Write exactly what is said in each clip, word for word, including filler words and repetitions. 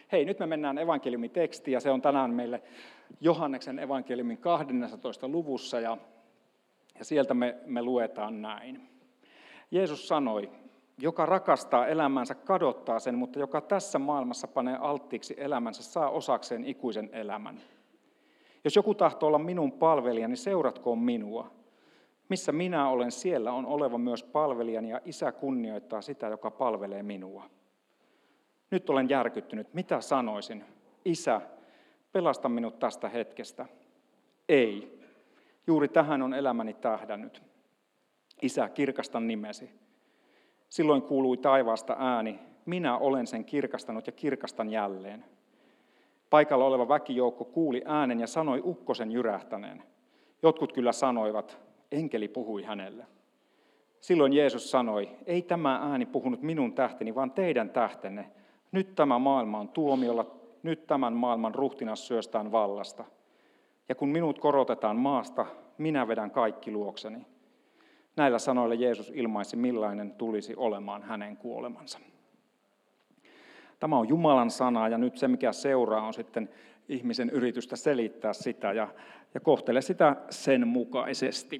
Hei, nyt me mennään evankeliumitekstiin ja se on tänään meille Johanneksen evankeliumin kahdennessatoista luvussa ja, ja sieltä me, me luetaan näin. Jeesus sanoi, joka rakastaa elämänsä kadottaa sen, mutta joka tässä maailmassa panee alttiiksi elämänsä saa osakseen ikuisen elämän. Jos joku tahtoo olla minun palvelijani, seuratkoon minua. Missä minä olen, siellä on oleva myös palvelijani ja Isä kunnioittaa sitä, joka palvelee minua. Nyt olen järkyttynyt. Mitä sanoisin? Isä, pelasta minut tästä hetkestä. Ei. Juuri tähän on elämäni tähdännyt. Isä, kirkasta nimesi. Silloin kuului taivaasta ääni. Minä olen sen kirkastanut ja kirkastan jälleen. Paikalla oleva väkijoukko kuuli äänen ja sanoi ukkosen jyrähtäneen. Jotkut kyllä sanoivat, enkeli puhui hänelle. Silloin Jeesus sanoi, ei tämä ääni puhunut minun tähteni, vaan teidän tähtenne. Nyt tämä maailma on tuomiolla, nyt tämän maailman ruhtinas syöstään vallasta. Ja kun minut korotetaan maasta, minä vedän kaikki luokseni. Näillä sanoilla Jeesus ilmaisi, millainen tulisi olemaan hänen kuolemansa. Tämä on Jumalan sana ja nyt se, mikä seuraa, on sitten ihmisen yritystä selittää sitä ja, ja kohtele sitä sen mukaisesti.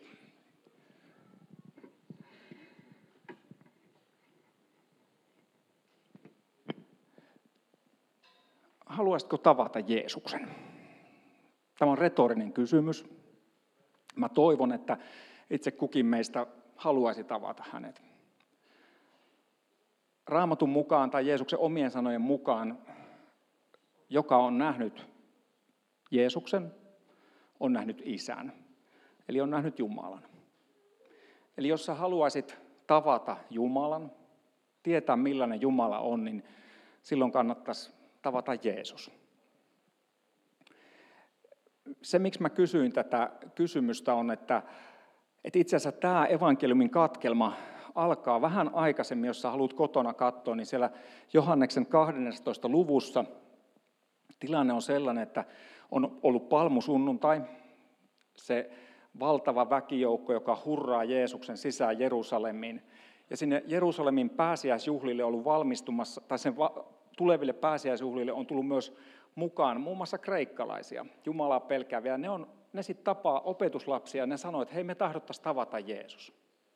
Haluaisitko tavata Jeesuksen? Tämä on retorinen kysymys. Mä toivon, että itse kukin meistä haluaisi tavata hänet. Raamatun mukaan tai Jeesuksen omien sanojen mukaan, joka on nähnyt Jeesuksen, on nähnyt Isän. Eli on nähnyt Jumalan. Eli jos sä haluaisit tavata Jumalan, tietää millainen Jumala on, niin silloin kannattaisi tavata Jeesus. Se, miksi mä kysyin tätä kysymystä, on, että, että itse asiassa tämä evankeliumin katkelma alkaa vähän aikaisemmin, jos sä haluat kotona katsoa, niin siellä Johanneksen kahdennessatoista luvussa tilanne on sellainen, että on ollut palmusunnuntai, se valtava väkijoukko, joka hurraa Jeesuksen sisään Jerusalemiin. Ja sinne Jerusalemin pääsiäisjuhlille on ollut valmistumassa, tai sen tuleville pääsiäisjuhlille on tullut myös mukaan muun muassa kreikkalaisia, Jumalaa pelkääviä. Ne, on, ne sitten tapaa opetuslapsia ja ne sanoo, että hei, me tahdottaisiin tavata Jeesus.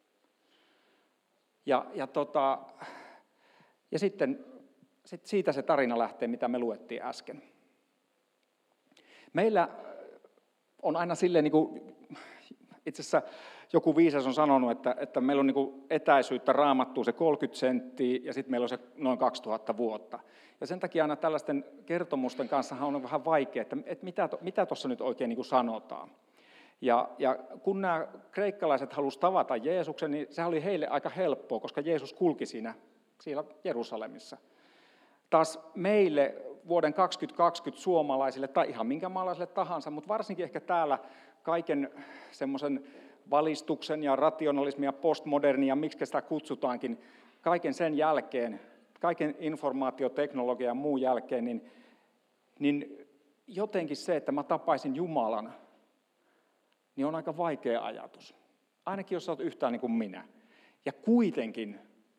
Ja, ja, tota, ja sitten sit siitä se tarina lähtee, mitä me luettiin äsken. Meillä on aina silleen, niin kuin, itse asiassa joku viisas on sanonut, että, että meillä on niin kuin etäisyyttä Raamattuun se kolmekymmentä senttiä ja sitten meillä on se noin kaksituhatta vuotta. Ja sen takia aina tällaisten kertomusten kanssa on vähän vaikea, että, että mitä tuossa nyt oikein niin kuin sanotaan. Ja, ja kun nämä kreikkalaiset halusivat tavata Jeesuksen, niin se oli heille aika helppoa, koska Jeesus kulki siinä, siellä Jerusalemissa. Taas meille vuoden kaksituhattakaksikymmentä suomalaisille tai ihan minkä maalaisille tahansa, mutta varsinkin ehkä täällä kaiken semmoisen valistuksen ja rationalismin ja postmodernin ja miksi sitä kutsutaankin, kaiken sen jälkeen, kaiken informaatioteknologian ja muun jälkeen, niin, niin jotenkin se, että mä tapaisin Jumalan, niin on aika vaikea ajatus. Ainakin jos sä oot yhtään niin kuin minä. Ja kuitenkin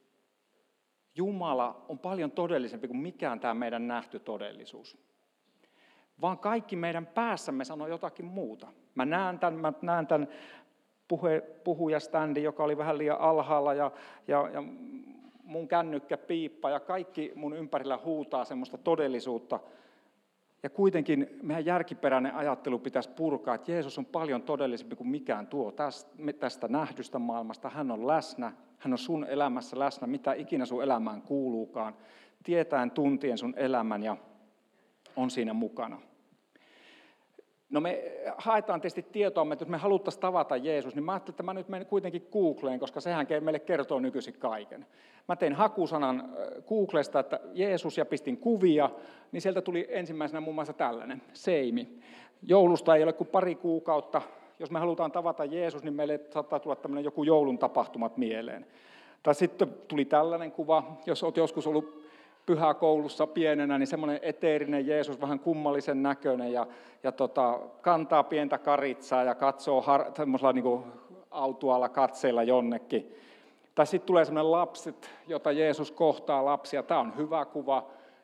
Jumala on paljon todellisempi kuin mikään tämä meidän nähty todellisuus. Vaan kaikki meidän päässämme sanoo jotakin muuta. Mä näen tämän, mä näen tämän puhe, puhujaständin, joka oli vähän liian alhaalla ja, ja, ja mun kännykkä piippa ja kaikki mun ympärillä huutaa semmoista todellisuutta. Ja kuitenkin meidän järkiperäinen ajattelu pitäisi purkaa, että Jeesus on paljon todellisempi kuin mikään tuo tästä nähdystä maailmasta. Hän on läsnä, hän on sun elämässä läsnä, mitä ikinä sun elämään kuuluukaan, tietäen tuntien sun elämän ja on siinä mukana. No me haetaan tietysti tietoa, että jos me haluttaisiin tavata Jeesus, niin mä ajattelin, että mä nyt menen kuitenkin Googleen, koska sehän meille kertoo nykyisin kaiken. Mä tein hakusanan Googlesta, että Jeesus ja pistin kuvia, niin sieltä tuli ensimmäisenä muun muassa tällainen, seimi. Joulusta ei ole kuin pari kuukautta. Jos me halutaan tavata Jeesus, niin meille saattaa tulla tämmöinen joku joulun tapahtumat mieleen. Tai sitten tuli tällainen kuva, jos olet joskus ollut pyhäkoulussa pienenä, niin semmoinen eteerinen Jeesus, vähän kummallisen näköinen ja, ja tota, kantaa pientä karitsaa ja katsoo har, semmoisella niin kuin autualla katseella jonnekin. Tai sitten tulee semmoinen lapset, jota Jeesus kohtaa lapsia. Tämä on hyvä kuva.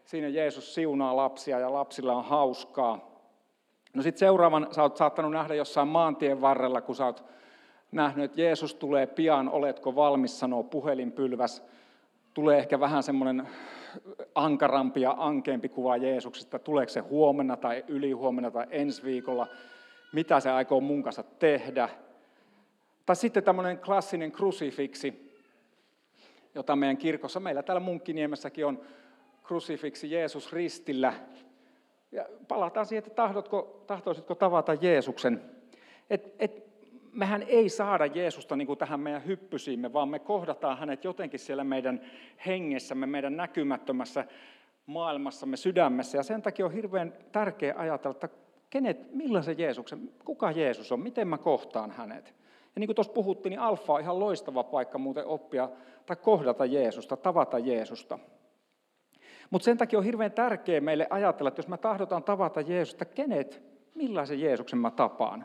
Siinä Jeesus siunaa lapsia ja lapsilla on hauskaa. No sitten seuraavan sä oot saattanut nähdä jossain maantien varrella, kun sä oot nähnyt, että Jeesus tulee pian, oletko valmis, sanoo puhelinpylväs. Tulee ehkä vähän semmoinen ankarampi ja ankeampi kuva Jeesuksesta. Tuleeko se huomenna tai ylihuomenna tai ensi viikolla? Mitä se aikoo mun kanssa tehdä? Tai sitten tämmöinen klassinen krusifiksi, jota meidän kirkossa, meillä täällä Munkkiniemessäkin on krusifiksi Jeesus ristillä. Ja palataan siihen, että tahdotko, tahtoisitko tavata Jeesuksen. Et, et, mehän ei saada Jeesusta niin kuin tähän meidän hyppysiimme, vaan me kohdataan hänet jotenkin siellä meidän hengessämme, meidän näkymättömässä maailmassamme, sydämessä. Ja sen takia on hirveän tärkeä ajatella, että kenet, millaisen Jeesuksen, kuka Jeesus on, miten mä kohtaan hänet. Ja niin kuin tuossa puhuttiin, niin Alfa on ihan loistava paikka muuten oppia tai kohdata Jeesusta, tavata Jeesusta. Mutta sen takia on hirveän tärkeää meille ajatella, että jos me tahdotaan tavata Jeesusta, kenet, millaisen Jeesuksen mä tapaan.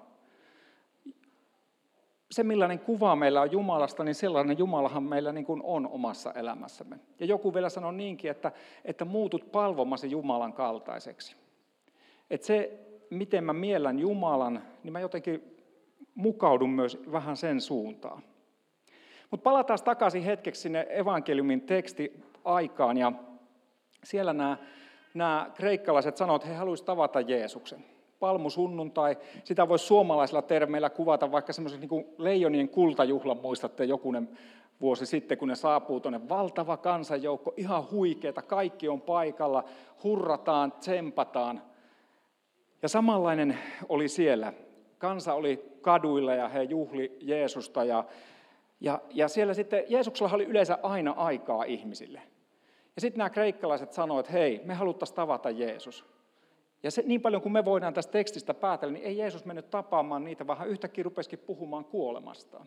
Se, millainen kuva meillä on Jumalasta, niin sellainen Jumalahan meillä niin kuin on omassa elämässämme. Ja joku vielä sanoo niinkin, että, että muutut palvomasi Jumalan kaltaiseksi. Että se, miten mä miellän Jumalan, niin mä jotenkin mukaudun myös vähän sen suuntaan. Mutta palataan takaisin hetkeksi sinne evankeliumin tekstiaikaan. Ja siellä nämä, nämä kreikkalaiset sanoivat, että he haluaisivat tavata Jeesuksen. Palmusunnuntai, sitä voisi suomalaisilla termeillä kuvata vaikka semmoisen niin kuin leijonien kultajuhlan, muistatte jokunen vuosi sitten, kun ne saapuu tuonne, valtava kansanjoukko, ihan huikeeta, kaikki on paikalla, hurrataan, tsempataan. Ja samanlainen oli siellä. Kansa oli kaduilla ja he juhli Jeesusta ja, ja, ja siellä sitten Jeesuksella oli yleensä aina aikaa ihmisille. Ja sitten nämä kreikkalaiset sanoivat, että hei, me haluttaisiin tavata Jeesus. Ja se, niin paljon kuin me voidaan tästä tekstistä päätellä, niin ei Jeesus mennyt tapaamaan niitä, vaan hän yhtäkkiä rupesikin puhumaan kuolemastaan.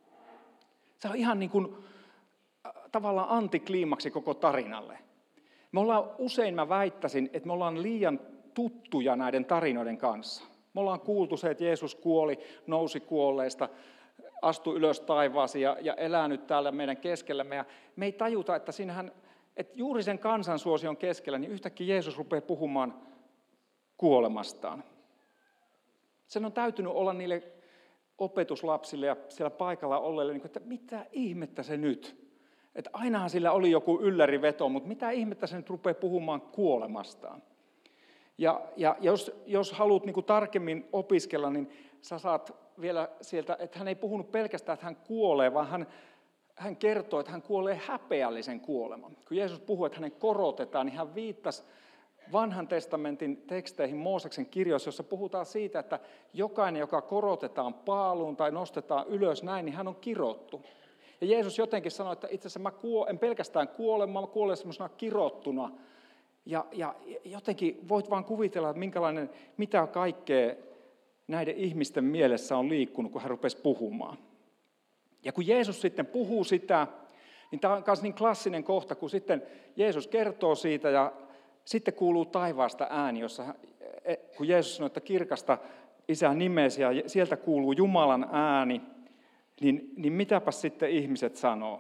Se on ihan niin kuin äh, tavallaan antikliimaksi koko tarinalle. Me ollaan usein, mä väittäisin, että me ollaan liian tuttuja näiden tarinoiden kanssa. Me ollaan kuultu se, että Jeesus kuoli, nousi kuolleista, astui ylös taivaaseen ja, ja elää nyt täällä meidän keskellämme. Ja me ei tajuta, että, siinähän, että juuri sen kansansuosion keskellä, niin yhtäkkiä Jeesus rupeaa puhumaan kuolemastaan. Sen on täytynyt olla niille opetuslapsille ja siellä paikalla olleille, että mitä ihmettä se nyt? Että ainahan sillä oli joku ylläriveto, mutta mitä ihmettä se nyt rupeaa puhumaan kuolemastaan? Ja, ja jos, jos haluat niin kuin tarkemmin opiskella, niin sä saat vielä sieltä, että hän ei puhunut pelkästään, että hän kuolee, vaan hän, hän kertoo, että hän kuolee häpeällisen kuoleman. Kun Jeesus puhuu, että hänen korotetaan, niin hän viittasi Vanhan testamentin teksteihin Mooseksen kirjoissa, jossa puhutaan siitä, että jokainen, joka korotetaan paaluun tai nostetaan ylös näin, niin hän on kirottu. Ja Jeesus jotenkin sanoi, että itse asiassa mä kuo, en pelkästään kuole, mä kuolen semmoisena kirottuna. Ja, ja jotenkin voit vaan kuvitella, että minkälainen, mitä kaikkea näiden ihmisten mielessä on liikkunut, kun hän rupesi puhumaan. Ja kun Jeesus sitten puhuu sitä, niin tämä on myös niin klassinen kohta, kun sitten Jeesus kertoo siitä ja sitten kuuluu taivaasta ääni, jossa kun Jeesus sanoi, että kirkasta Isän nimesi ja sieltä kuuluu Jumalan ääni, niin, niin mitäpäs sitten ihmiset sanoo?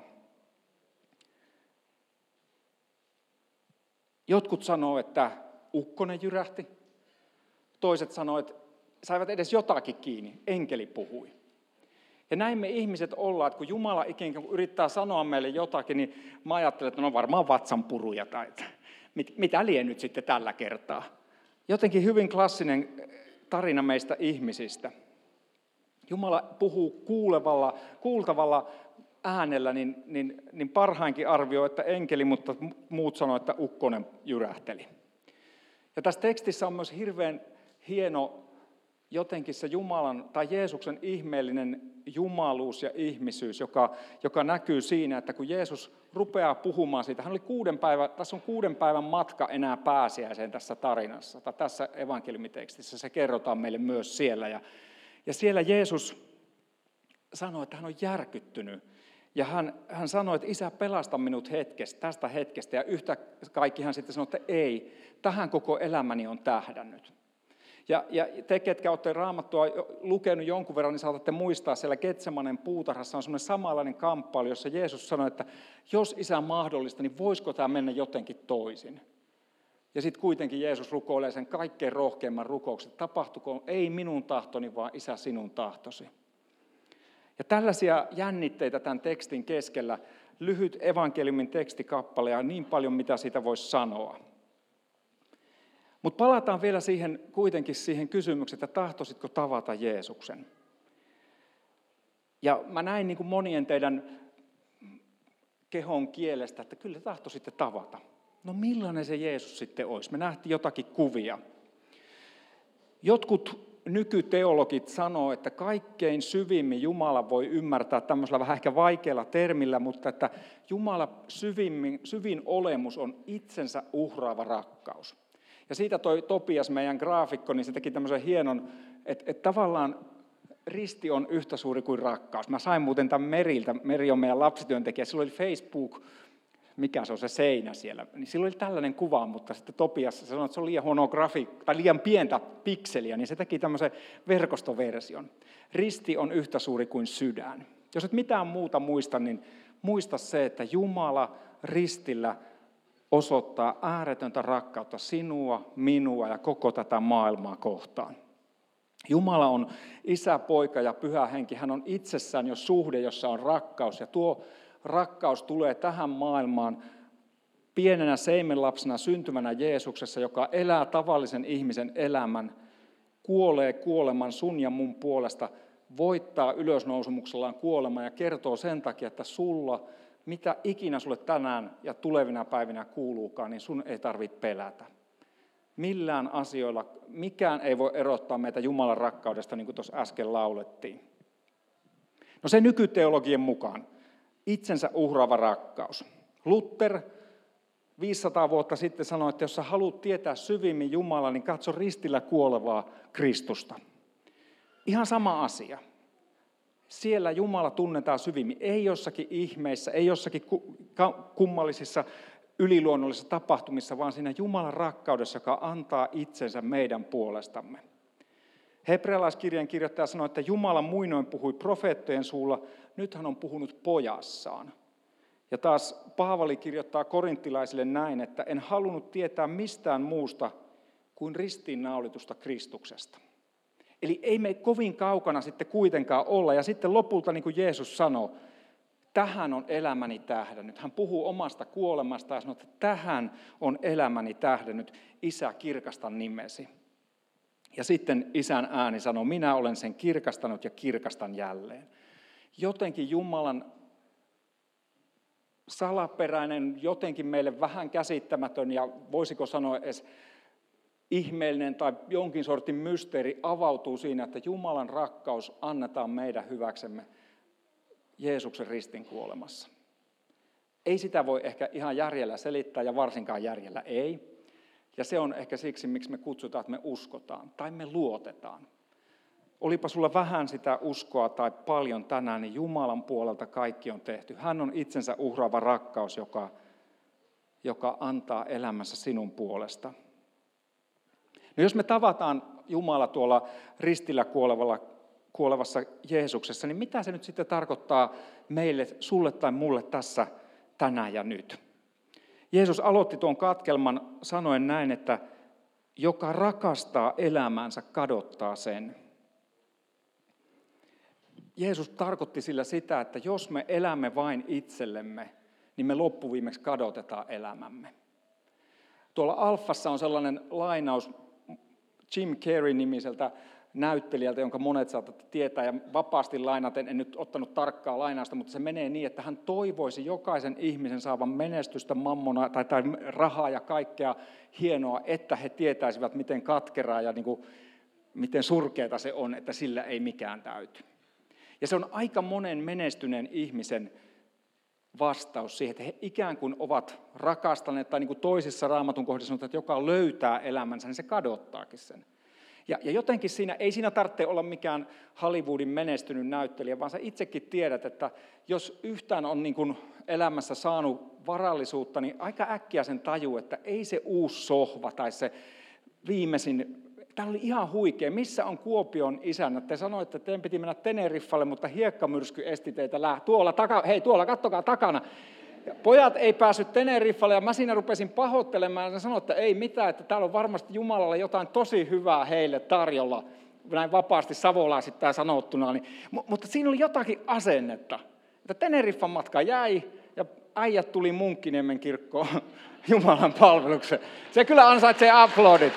Jotkut sanoo, että ukkonen jyrähti. Toiset sanoo, että saivat edes jotakin kiinni, enkeli puhui. Ja näin me ihmiset ollaan, että kun Jumala ikään kuin yrittää sanoa meille jotakin, niin mä ajattelen, että no varmaan vatsanpuruja tai mitä lie nyt sitten tällä kertaa. Jotenkin hyvin klassinen tarina meistä ihmisistä. Jumala puhuu kuulevalla, kuultavalla äänellä, niin, niin, niin parhainkin arvioi, että enkeli, mutta muut sanoo, että ukkonen jyrähteli. Ja tässä tekstissä on myös hirveän hieno jotenkin se Jumalan tai Jeesuksen ihmeellinen jumaluus ja ihmisyys, joka, joka näkyy siinä, että kun Jeesus rupeaa puhumaan siitä, hän oli kuuden päivän, tässä on kuuden päivän matka enää pääsiäiseen tässä tarinassa, tai tässä evankeliumitekstissä, se kerrotaan meille myös siellä. Ja, ja siellä Jeesus sanoi, että hän on järkyttynyt, ja hän, hän sanoi, että Isä, pelasta minut hetkestä, tästä hetkestä, ja yhtä kaikki hän sitten sanoi, että ei, tähän koko elämäni on tähdännyt. Ja, ja te, ketkä olette Raamattua lukenut jonkun verran, niin saatatte muistaa, siellä Getsemanen puutarhassa on semmoinen samanlainen kamppailu, jossa Jeesus sanoi, että jos Isä on mahdollista, niin voisiko tämä mennä jotenkin toisin? Ja sitten kuitenkin Jeesus rukoilee sen kaikkein rohkeimman rukouksen, että tapahtukoon ei minun tahtoni, vaan Isä sinun tahtosi. Ja tällaisia jännitteitä tämän tekstin keskellä, lyhyt evankeliumin tekstikappale ja niin paljon, mitä siitä voisi sanoa. Mutta palataan vielä siihen, kuitenkin siihen kysymykseen, että tahtoisitko tavata Jeesuksen? Ja mä näin niin kuin monien teidän kehon kielestä, että kyllä tahtoisitte tavata. No millainen se Jeesus sitten olisi? Me nähtiin jotakin kuvia. Jotkut nykyteologit sanoo, että kaikkein syvimmin Jumala voi ymmärtää tämmöisellä vähän ehkä vaikealla termillä, mutta että Jumala syvimmin, syvin olemus on itsensä uhraava rakkaus. Ja siitä toi Topias, meidän graafikko, niin se teki tämmöisen hienon, että, että tavallaan risti on yhtä suuri kuin rakkaus. Mä sain muuten tämän Meriltä, Meri on meidän lapsityöntekijä, sillä oli Facebook, mikä se on se seinä siellä, niin sillä oli tällainen kuva, mutta sitten Topias sanoi, että se on liian huono grafiikka, tai liian pientä pikseliä, niin se teki tämmöisen verkostoversion. Risti on yhtä suuri kuin sydän. Jos et mitään muuta muista, niin muista se, että Jumala ristillä osoittaa ääretöntä rakkautta sinua, minua ja koko tätä maailmaa kohtaan. Jumala on Isä, Poika ja Pyhä Henki. Hän on itsessään jo suhde, jossa on rakkaus. Ja tuo rakkaus tulee tähän maailmaan pienenä seimenlapsena syntymänä Jeesuksessa, joka elää tavallisen ihmisen elämän, kuolee kuoleman sun ja mun puolesta, voittaa ylösnousumuksellaan kuoleman ja kertoo sen takia, että sulla, mitä ikinä sulle tänään ja tulevina päivinä kuuluukaan, niin sun ei tarvitse pelätä. Millään asioilla, mikään ei voi erottaa meitä Jumalan rakkaudesta, niin kuin tuossa äsken laulettiin. No se nykyteologien mukaan, itsensä uhraava rakkaus. Luther viisisataa vuotta sitten sanoi, että jos sä haluat tietää syvimmin Jumalaa, niin katso ristillä kuolevaa Kristusta. Ihan sama asia. Siellä Jumala tunnetaan syvimmin, ei jossakin ihmeissä, ei jossakin kummallisissa yliluonnollisissa tapahtumissa, vaan siinä Jumalan rakkaudessa, joka antaa itsensä meidän puolestamme. Hebrealaiskirjan kirjoittaja sanoi, että Jumala muinoin puhui profeettojen suulla, nyt hän on puhunut pojassaan. Ja taas Paavali kirjoittaa korinttilaisille näin, että en halunnut tietää mistään muusta kuin ristiinnaulitusta Kristuksesta. Eli ei me kovin kaukana sitten kuitenkaan olla. Ja sitten lopulta, niin kuin Jeesus sanoi, tähän on elämäni tähdännyt. Hän puhuu omasta kuolemasta ja sanoo, että tähän on elämäni tähdännyt. Isä, kirkasta nimesi. Ja sitten Isän ääni sanoo, minä olen sen kirkastanut ja kirkastan jälleen. Jotenkin Jumalan salaperäinen, jotenkin meille vähän käsittämätön ja voisiko sanoa edes ihmeellinen tai jonkin sortin mysteeri avautuu siinä, että Jumalan rakkaus annetaan meidän hyväksemme Jeesuksen ristin kuolemassa. Ei sitä voi ehkä ihan järjellä selittää ja varsinkaan järjellä ei. Ja se on ehkä siksi, miksi me kutsutaan, että me uskotaan tai me luotetaan. Olipa sulla vähän sitä uskoa tai paljon tänään, niin Jumalan puolelta kaikki on tehty. Hän on itsensä uhraava rakkaus, joka, joka antaa elämässä sinun puolesta. No jos me tavataan Jumala tuolla ristillä kuolevalla, kuolevassa Jeesuksessa, niin mitä se nyt sitten tarkoittaa meille, sulle tai mulle tässä tänään ja nyt? Jeesus aloitti tuon katkelman sanoen näin, että joka rakastaa elämäänsä, kadottaa sen. Jeesus tarkoitti sillä sitä, että jos me elämme vain itsellemme, niin me loppuviimeksi kadotetaan elämämme. Tuolla Alfassa on sellainen lainaus Jim Carrey-nimiseltä näyttelijältä, jonka monet saatatte tietää, ja vapaasti lainaten, en nyt ottanut tarkkaa lainausta, mutta se menee niin, että hän toivoisi jokaisen ihmisen saavan menestystä, mammona tai, tai rahaa ja kaikkea hienoa, että he tietäisivät, miten katkeraa ja niin kuin, miten surkeata se on, että sillä ei mikään täyty. Ja se on aika monen menestyneen ihmisen vastaus siihen, että he ikään kuin ovat rakastaneet, tai niin kuin toisissa Raamatun kohdissa sanotaan, että joka löytää elämänsä, niin se kadottaakin sen. Ja, ja jotenkin siinä, ei siinä tarvitse olla mikään Hollywoodin menestynyt näyttelijä, vaan sä itsekin tiedät, että jos yhtään on niin kuin elämässä saanut varallisuutta, niin aika äkkiä sen tajuu, että ei se uusi sohva tai se viimeisin. Tämä oli ihan huikea. Missä on Kuopion isännät? Te sanoitte, että teidän piti mennä Teneriffalle, mutta hiekkamyrsky esti teitä lähteä. Tuolla, taka, hei, tuolla, kattokaa takana. Ja pojat ei päässyt Teneriffalle ja mä siinä rupesin pahoittelemaan ja sanoin, että ei mitään, että täällä on varmasti Jumalalla jotain tosi hyvää heille tarjolla, näin vapaasti savolaisittain sanottuna. Niin, mutta siinä oli jotakin asennetta, että Teneriffan matka jäi ja äijät tuli Munkkiniemen kirkkoon Jumalan palvelukseen. Se kyllä ansaitsee aplodit.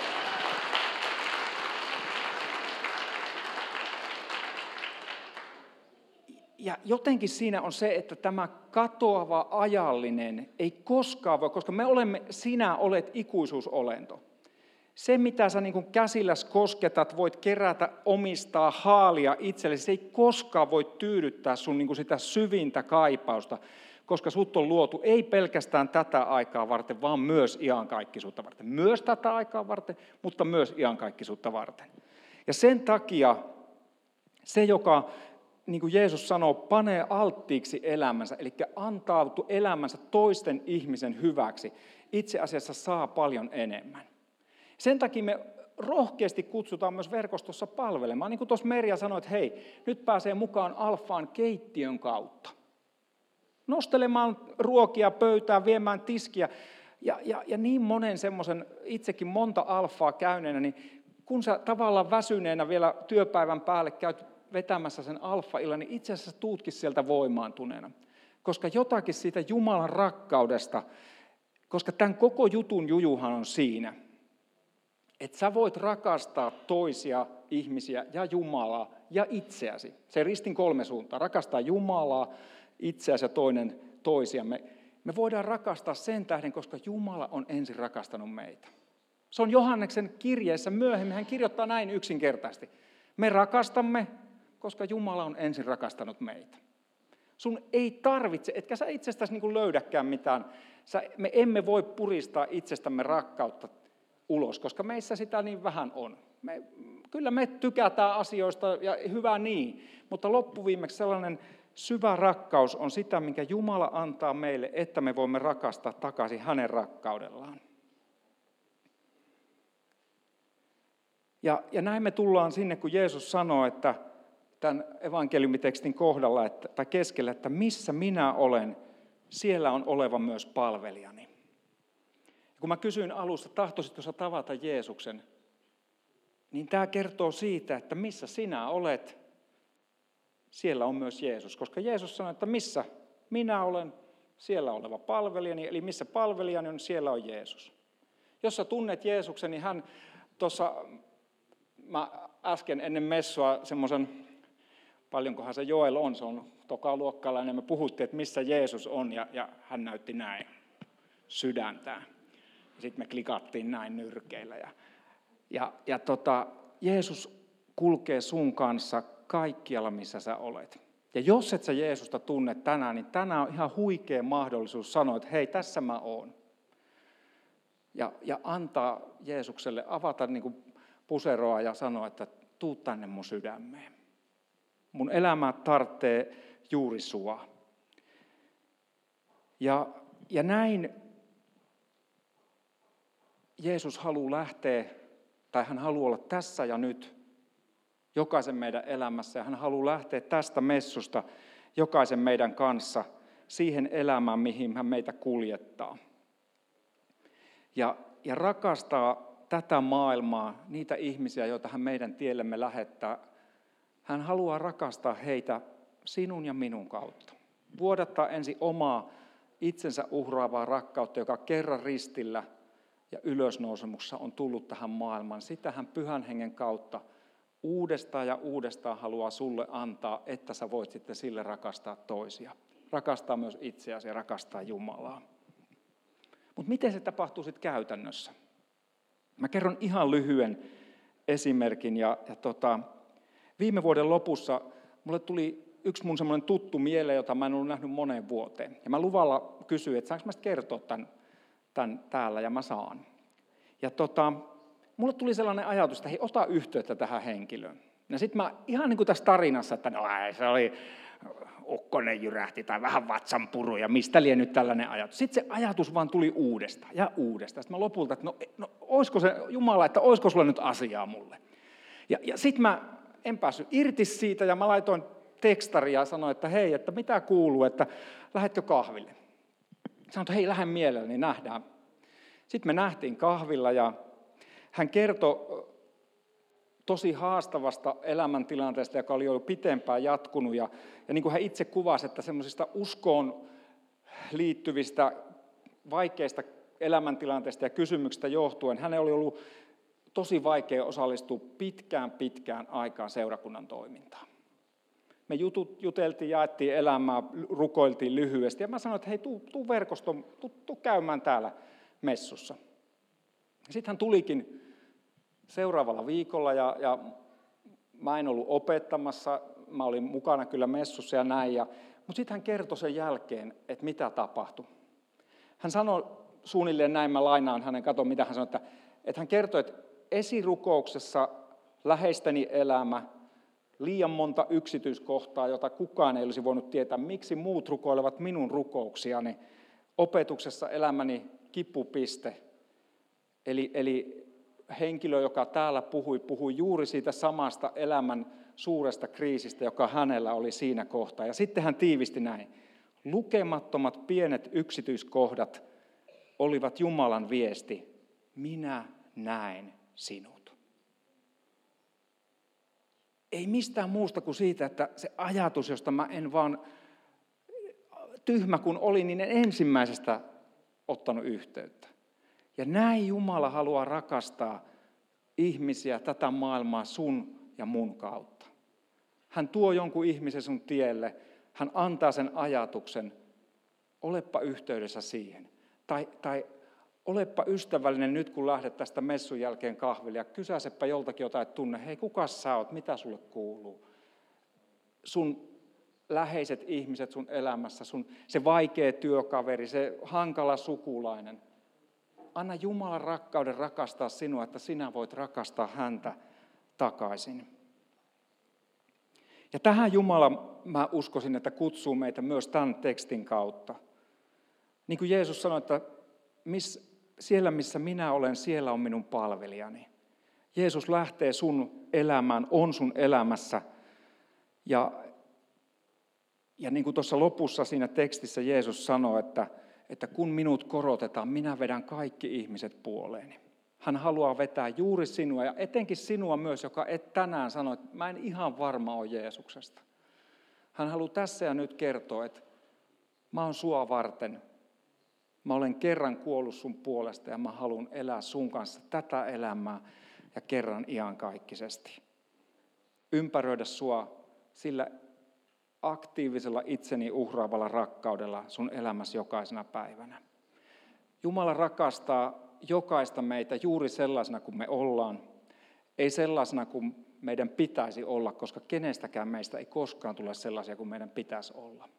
Ja jotenkin siinä on se, että tämä katoava ajallinen ei koskaan voi, koska me olemme, sinä olet ikuisuusolento. Se, mitä sä niin kuin käsilläsi kosketat, voit kerätä, omistaa, haalia itsellesi, se ei koskaan voi tyydyttää sun niin kuin sitä syvintä kaipausta, koska sut on luotu ei pelkästään tätä aikaa varten, vaan myös iankaikkisuutta varten. Myös tätä aikaa varten, mutta myös iankaikkisuutta varten. Ja sen takia se, joka, niin kuin Jeesus sanoo, panee alttiiksi elämänsä, eli antautuu elämänsä toisten ihmisen hyväksi, itse asiassa saa paljon enemmän. Sen takia me rohkeasti kutsutaan myös verkostossa palvelemaan. Niin kuin tuossa Merja sanoi, että hei, nyt pääsee mukaan Alfaan keittiön kautta. Nostelemaan ruokia pöytään, viemään tiskiä. Ja, ja, ja niin monen semmoisen, itsekin monta Alfaa käyneenä, niin kun sä tavallaan väsyneenä vielä työpäivän päälle käyt vetämässä sen alfa-illan, niin itse asiassa tuutkin sieltä voimaantuneena. Koska jotakin siitä Jumalan rakkaudesta, koska tämän koko jutun jujuhan on siinä, että sä voit rakastaa toisia ihmisiä ja Jumalaa ja itseäsi. Se ristin kolme suuntaa. Rakastaa Jumalaa, itseäsi ja toinen toisiamme. Me voidaan rakastaa sen tähden, koska Jumala on ensin rakastanut meitä. Se on Johanneksen kirjeessä myöhemmin. Hän kirjoittaa näin yksinkertaisesti. Me rakastamme, koska Jumala on ensin rakastanut meitä. Sun ei tarvitse, etkä sä itsestäsi niin kuin löydäkään mitään. Sä, me emme voi puristaa itsestämme rakkautta ulos, koska meissä sitä niin vähän on. Me, kyllä me tykätään asioista ja hyvä niin, mutta loppuviimeksi sellainen syvä rakkaus on sitä, minkä Jumala antaa meille, että me voimme rakastaa takaisin hänen rakkaudellaan. Ja, ja näin me tullaan sinne, kun Jeesus sanoo, että tämän evankeliumitekstin kohdalla että, tai keskellä, että missä minä olen, siellä on oleva myös palvelijani. Kun mä kysyin alussa, tahtoisitko sä tavata Jeesuksen, niin tämä kertoo siitä, että missä sinä olet, siellä on myös Jeesus. Koska Jeesus sanoi, että missä minä olen, siellä oleva palvelijani, eli missä palvelijani on, siellä on Jeesus. Jos sä tunnet Jeesuksen, niin hän tuossa, mä äsken ennen messua semmoisen, paljonkohan se Joel on, se on tokaluokkalainen, me puhuttiin, että missä Jeesus on, ja, ja hän näytti näin sydäntään. Sitten me klikattiin näin nyrkeillä. Ja, ja, ja tota, Jeesus kulkee sun kanssa kaikkialla, missä sä olet. Ja jos et sä Jeesusta tunne tänään, niin tänään on ihan huikea mahdollisuus sanoa, että hei, tässä mä oon. Ja, ja antaa Jeesukselle avata niin kuin puseroa ja sanoa, että tuu tänne mun sydämeen. Mun elämä tarvitsee juuri sua. Ja, ja näin Jeesus haluaa lähteä, tai hän haluaa olla tässä ja nyt jokaisen meidän elämässä. Ja hän haluaa lähteä tästä messusta jokaisen meidän kanssa siihen elämään, mihin hän meitä kuljettaa. Ja, ja rakastaa tätä maailmaa, niitä ihmisiä, joita hän meidän tiellemme lähettää. Hän haluaa rakastaa heitä sinun ja minun kautta. Vuodattaa ensin omaa itsensä uhraavaa rakkautta, joka kerran ristillä ja ylösnousemuksessa on tullut tähän maailmaan. Sitä hän Pyhän Hengen kautta uudestaan ja uudestaan haluaa sulle antaa, että sä voit sitten sille rakastaa toisia. Rakastaa myös itseäsi ja rakastaa Jumalaa. Mutta miten se tapahtuu sitten käytännössä? Mä kerron ihan lyhyen esimerkin. Ja, ja tota, viime vuoden lopussa mulle tuli yksi mun semmoinen tuttu mieleen, jota mä en ollut nähnyt moneen vuoteen. Ja mä luvalla kysyin, että saanko mä kertoa tämän, tämän täällä, ja mä saan. Ja tota, mulle tuli sellainen ajatus, että hei, ota yhteyttä tähän henkilöön. Ja sitten mä ihan niin kuin tässä tarinassa, että no se oli ukkonen jyrähti tai vähän vatsanpuru ja mistä lie nyt tällainen ajatus. Sitten se ajatus vaan tuli uudestaan ja uudestaan. Sitten mä lopulta, että no, no olisiko se Jumala, että olisiko sulla nyt asiaa mulle. Ja, ja sitten mä en päässyt irti siitä ja mä laitoin tekstaria ja sanoin, että hei, että mitä kuuluu, että lähdetkö kahville. Sanoin, että hei, lähde mielellä, niin nähdään. Sitten me nähtiin kahvilla ja hän kertoi tosi haastavasta elämäntilanteesta, joka oli jo pitempään jatkunut. Ja, ja niin kuin hän itse kuvasi, että semmoisista uskoon liittyvistä vaikeista elämäntilanteista ja kysymyksistä johtuen hänellä oli ollut tosi vaikea osallistua pitkään pitkään aikaan seurakunnan toimintaan. Me jutut, juteltiin, jaettiin elämää, rukoiltiin lyhyesti ja mä sanoin, että hei, tuu, tuu verkostoon, tuu, tuu käymään täällä messussa. Sitten hän tulikin seuraavalla viikolla ja, ja mä en ollut opettamassa, mä olin mukana kyllä messussa ja näin, ja, mutta sitten hän kertoi sen jälkeen, että mitä tapahtui. Hän sanoi suunnilleen näin, mä lainaan hänen, katon mitä hän sanoi, että, että hän kertoi, että esirukouksessa läheisteni elämä, liian monta yksityiskohtaa, jota kukaan ei olisi voinut tietää, miksi muut rukoilevat minun rukouksiani, opetuksessa elämäni kipupiste. Eli, eli henkilö, joka täällä puhui, puhui juuri siitä samasta elämän suuresta kriisistä, joka hänellä oli siinä kohtaa. Ja sitten hän tiivisti näin. Lukemattomat pienet yksityiskohdat olivat Jumalan viesti. Minä näen sinut. Ei mistään muusta kuin siitä, että se ajatus, josta mä en vaan, tyhmä kun olin, niin en ensimmäisestä ottanut yhteyttä. Ja näin Jumala haluaa rakastaa ihmisiä, tätä maailmaa sun ja mun kautta. Hän tuo jonkun ihmisen sun tielle, hän antaa sen ajatuksen, olepa yhteydessä siihen. Tai, tai olepa ystävällinen nyt, kun lähdet tästä messun jälkeen kahville ja kysäisepä joltakin jotain, että tunne, hei, kuka sä oot, mitä sulle kuuluu? Sun läheiset ihmiset sun elämässä, sun, se vaikea työkaveri, se hankala sukulainen. Anna Jumalan rakkauden rakastaa sinua, että sinä voit rakastaa häntä takaisin. Ja tähän Jumala, mä uskoisin, että kutsuu meitä myös tämän tekstin kautta. Niin kuin Jeesus sanoi, että miss, siellä missä minä olen, siellä on minun palvelijani. Jeesus lähtee sun elämään, on sun elämässä. Ja, ja niin kuin tuossa lopussa siinä tekstissä Jeesus sanoi, että, että kun minut korotetaan, minä vedän kaikki ihmiset puoleeni. Hän haluaa vetää juuri sinua ja etenkin sinua myös, joka et tänään sano, että mä en ihan varma ole Jeesuksesta. Hän haluaa tässä ja nyt kertoa, että mä oon sua varten. Mä olen kerran kuollut sun puolesta ja mä haluan elää sun kanssa tätä elämää ja kerran iankaikkisesti. Ympäröidä sua sillä aktiivisella itseni uhraavalla rakkaudella sun elämässä jokaisena päivänä. Jumala rakastaa jokaista meitä juuri sellaisena kuin me ollaan, ei sellaisena kuin meidän pitäisi olla, koska kenestäkään meistä ei koskaan tule sellaisia kuin meidän pitäisi olla.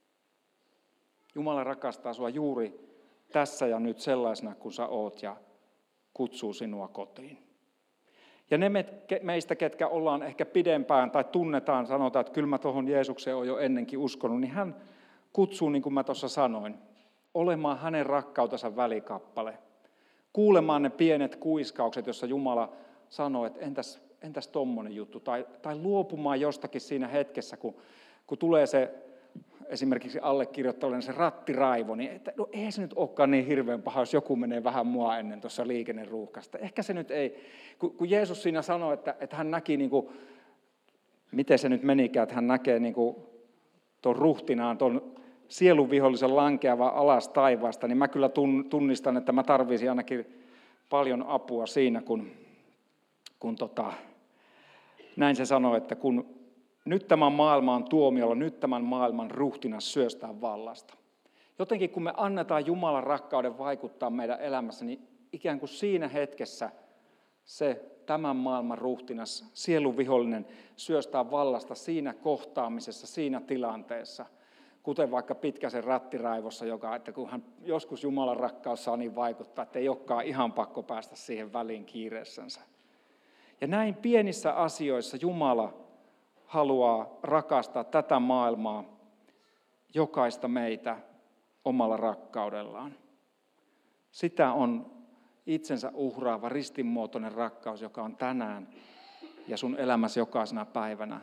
Jumala rakastaa sua juuri tässä ja nyt sellaisena kuin sä oot ja kutsuu sinua kotiin. Ja ne meistä, ketkä ollaan ehkä pidempään tai tunnetaan, sanotaan, että kyllä mä tuohon Jeesukseen olen jo ennenkin uskonut, niin hän kutsuu, niin kuin mä tuossa sanoin, olemaan hänen rakkautensa välikappale. Kuulemaan ne pienet kuiskaukset, jossa Jumala sanoo, että entäs, entäs tommonen juttu. Tai, tai luopumaan jostakin siinä hetkessä, kun, kun tulee se esimerkiksi allekirjoittavalle se rattiraivo, niin että, no ei se nyt olekaan niin hirveän paha, jos joku menee vähän mua ennen tuossa liikenneruuhkasta. Ehkä se nyt ei, kun, kun Jeesus siinä sanoi, että, että hän näki, niin kuin, miten se nyt menikään, että hän näkee niin kuin tuon ruhtinaan, tuon sielun vihollisen lankeava alas taivaasta, niin mä kyllä tunnistan, että mä tarvisin ainakin paljon apua siinä, kun, kun tota, näin se sanoi, että kun nyt tämän maailman tuomiolla, nyt tämän maailman ruhtinas syöstää vallasta. Jotenkin kun me annetaan Jumalan rakkauden vaikuttaa meidän elämässä, niin ikään kuin siinä hetkessä se tämän maailman ruhtinas, sielun vihollinen syöstää vallasta siinä kohtaamisessa, siinä tilanteessa. Kuten vaikka Pitkäsen rattiraivossa, joka, että kun hän joskus Jumalan rakkaus saa niin vaikuttaa, että ei olekaan ihan pakko päästä siihen väliin kiireessänsä. Ja näin pienissä asioissa Jumala haluaa rakastaa tätä maailmaa, jokaista meitä omalla rakkaudellaan. Sitä on itsensä uhraava ristinmuotoinen rakkaus, joka on tänään ja sun elämässä jokaisena päivänä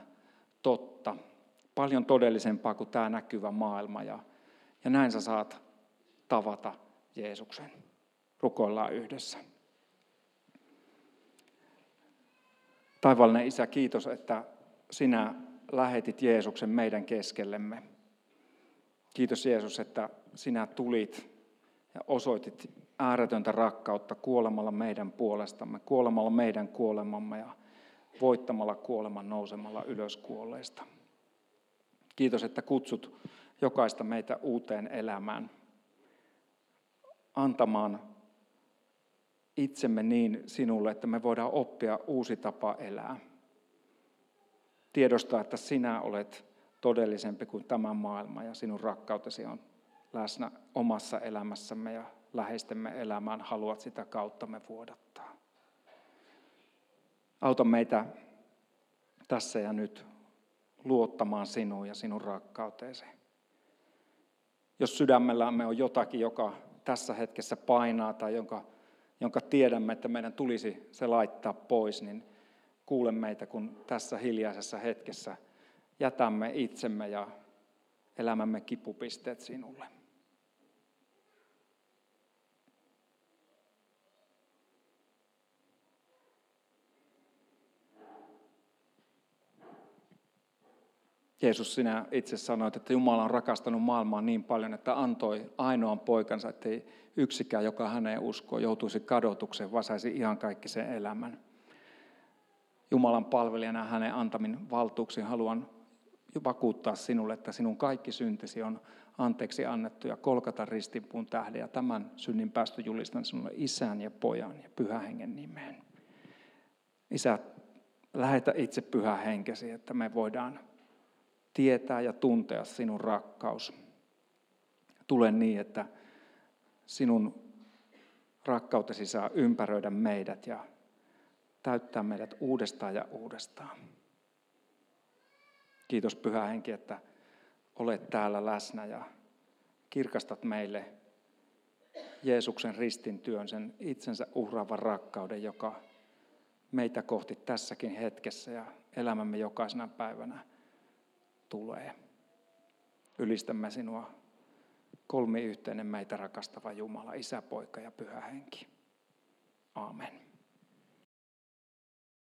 totta. Paljon todellisempaa kuin tämä näkyvä maailma. Ja, ja näin sä saat tavata Jeesuksen. Rukoillaan yhdessä. Taivaallinen Isä, kiitos, että sinä lähetit Jeesuksen meidän keskellemme. Kiitos Jeesus, että sinä tulit ja osoitit ääretöntä rakkautta kuolemalla meidän puolestamme, kuolemalla meidän kuolemamme ja voittamalla kuoleman nousemalla ylös kuolleista. Kiitos, että kutsut jokaista meitä uuteen elämään, antamaan itsemme niin sinulle, että me voidaan oppia uusi tapa elää. Tiedostaa, että sinä olet todellisempi kuin tämä maailma ja sinun rakkautesi on läsnä omassa elämässämme ja läheistemme elämään. Haluat sitä kauttamme vuodattaa. Auta meitä tässä ja nyt luottamaan sinuun ja sinun rakkauteesi. Jos sydämellämme on jotakin, joka tässä hetkessä painaa tai jonka, jonka tiedämme, että meidän tulisi se laittaa pois, niin kuule meitä, kun tässä hiljaisessa hetkessä jätämme itsemme ja elämämme kipupisteet sinulle. Jeesus, sinä itse sanoit, että Jumala on rakastanut maailmaa niin paljon, että antoi ainoan poikansa, ettei yksikään, joka häneen uskoo, joutuisi kadotukseen, vaan saisi ihan kaikki sen elämän. Jumalan palvelijana hänen antamin valtuuksiin haluan vakuuttaa sinulle, että sinun kaikki syntisi on anteeksi annettu ja Kolkatan ristinpuun tähden. Ja tämän synnin päästö julistan sinulle Isän ja Pojan ja Pyhän Hengen nimeen. Isä, lähetä itse Pyhä Henkesi, että me voidaan tietää ja tuntea sinun rakkaus. Tule niin, että sinun rakkautesi saa ympäröidä meidät ja täyttää meidät uudestaan ja uudestaan. Kiitos Pyhä Henki, että olet täällä läsnä ja kirkastat meille Jeesuksen ristin työn, sen itsensä uhraavan rakkauden, joka meitä kohti tässäkin hetkessä ja elämämme jokaisena päivänä tulee. Ylistämme sinua, kolmiyhteinen meitä rakastava Jumala, Isä, Poika ja Pyhä Henki. Aamen.